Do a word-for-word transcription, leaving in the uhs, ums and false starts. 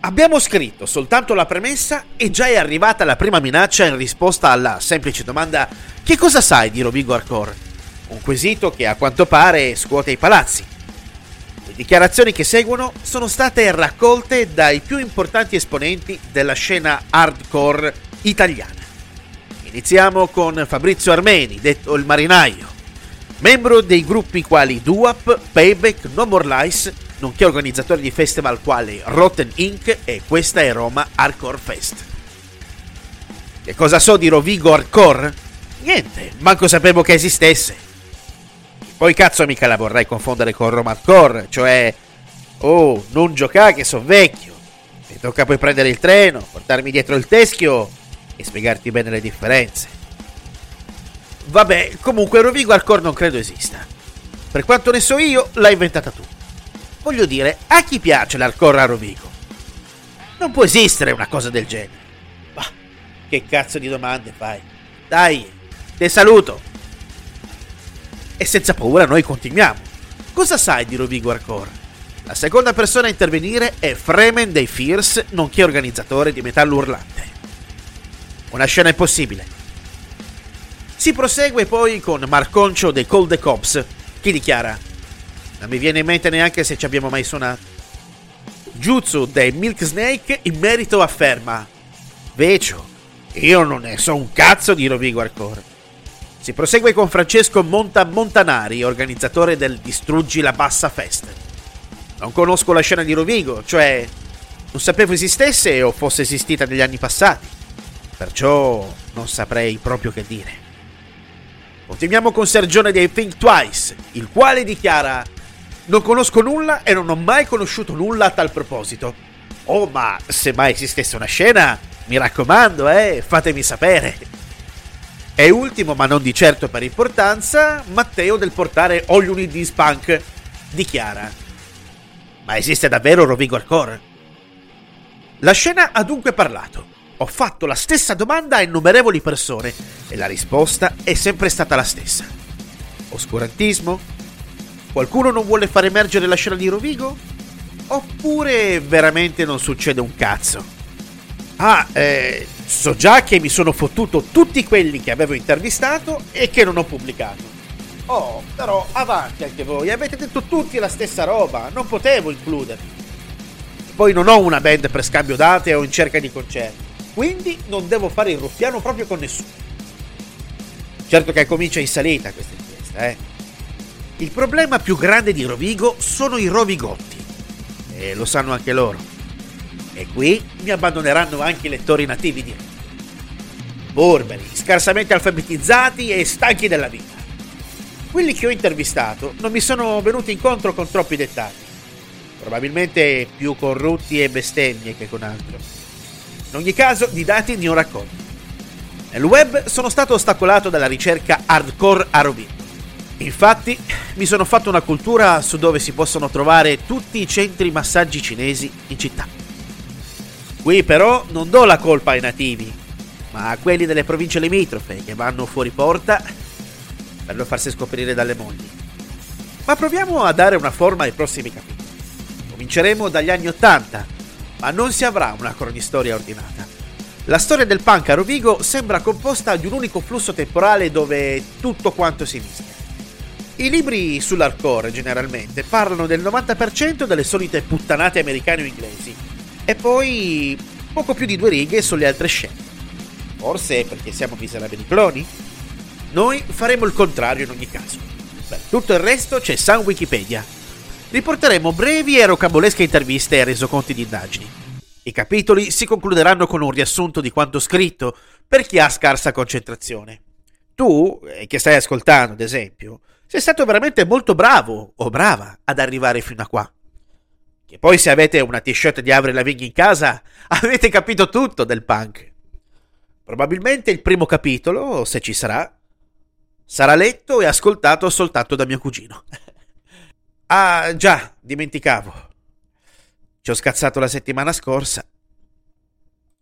Abbiamo scritto soltanto la premessa e già è arrivata la prima minaccia in risposta alla semplice domanda: che cosa sai di Rovigo Hardcore? Un quesito che a quanto pare scuote i palazzi. Le dichiarazioni che seguono sono state raccolte dai più importanti esponenti della scena hardcore italiana. Iniziamo con Fabrizio Armeni, detto il Marinaio, membro dei gruppi quali Duap, Payback, No More Lies, nonché organizzatore di festival quali Rotten Incorporated e Questa è Roma Hardcore Fest. Che cosa so di Rovigo Hardcore? Niente, manco sapevo che esistesse. Poi cazzo mica la vorrei confondere con Roma Hardcore, cioè, oh, non giocare che so vecchio. Mi tocca poi prendere il treno, portarmi dietro il teschio e spiegarti bene le differenze. Vabbè, comunque Rovigo Hardcore non credo esista. Per quanto ne so io, l'hai inventata tu. Voglio dire, a chi piace l'hardcore a Rovigo? Non può esistere una cosa del genere. Bah, che cazzo di domande fai? Dai, ti saluto. E senza paura noi continuiamo. Cosa sai di Rovigo Hardcore? La seconda persona a intervenire è Fremen dei Fierce, nonché organizzatore di Metallo Urlante. Una scena impossibile. Si prosegue poi con Marconcio dei Call the Cops, che dichiara: non mi viene in mente neanche se ci abbiamo mai suonato. Jutsu dei Milk Snake in merito afferma: Vecio, io non ne so un cazzo di Rovigo Hardcore. Si prosegue con Francesco Monta Montanari, organizzatore del Distruggi la Bassa Fest. Non conosco la scena di Rovigo, cioè non sapevo esistesse o fosse esistita negli anni passati, perciò non saprei proprio che dire. Continuiamo con Sergione dei Think Twice, il quale dichiara: non conosco nulla e non ho mai conosciuto nulla a tal proposito. Oh, ma se mai esistesse una scena, mi raccomando, eh, fatemi sapere. E ultimo, ma non di certo per importanza, Matteo del portale All You Need Is Punk dichiara: ma esiste davvero Rovigo Hardcore? La scena ha dunque parlato. Ho fatto la stessa domanda a innumerevoli persone e la risposta è sempre stata la stessa. Oscurantismo? Qualcuno non vuole far emergere la scena di Rovigo? Oppure veramente non succede un cazzo? Ah, eh, so già che mi sono fottuto tutti quelli che avevo intervistato e che non ho pubblicato. Oh, però avanti anche voi, avete detto tutti la stessa roba, non potevo includervi. Poi non ho una band per scambio date o in cerca di concerti, quindi non devo fare il ruffiano proprio con nessuno. Certo che comincia in salita questa inchiesta, eh. Il problema più grande di Rovigo sono i rovigotti, e lo sanno anche loro. E qui mi abbandoneranno anche i lettori nativi di burberi, scarsamente alfabetizzati e stanchi della vita. Quelli che ho intervistato non mi sono venuti incontro con troppi dettagli, probabilmente più con rutti e bestemmie che con altro. In ogni caso, di dati ne ho raccolti. Nel web sono stato ostacolato dalla ricerca hardcore a Rovigo. Infatti, mi sono fatto una cultura su dove si possono trovare tutti i centri massaggi cinesi in città. Qui però non do la colpa ai nativi, ma a quelli delle province limitrofe che vanno fuori porta per non farsi scoprire dalle mogli. Ma proviamo a dare una forma ai prossimi capitoli. Cominceremo dagli anni ottanta, ma non si avrà una cronistoria ordinata. La storia del punk a Rovigo sembra composta di un unico flusso temporale dove tutto quanto si mischia. I libri sull'hardcore generalmente parlano del novanta per cento delle solite puttanate americane o inglesi e poi poco più di due righe sulle altre scene. Forse perché siamo miserabili cloni? Noi faremo il contrario in ogni caso. Per tutto il resto c'è San Wikipedia. Riporteremo brevi e rocambolesche interviste e resoconti di indagini. I capitoli si concluderanno con un riassunto di quanto scritto per chi ha scarsa concentrazione. Tu, che stai ascoltando ad esempio, sei stato veramente molto bravo o brava ad arrivare fino a qua. Che poi se avete una t-shirt di Avril Lavigne in casa, avete capito tutto del punk. Probabilmente il primo capitolo, se ci sarà, sarà letto e ascoltato soltanto da mio cugino. Ah, già, dimenticavo. Ci ho scazzato la settimana scorsa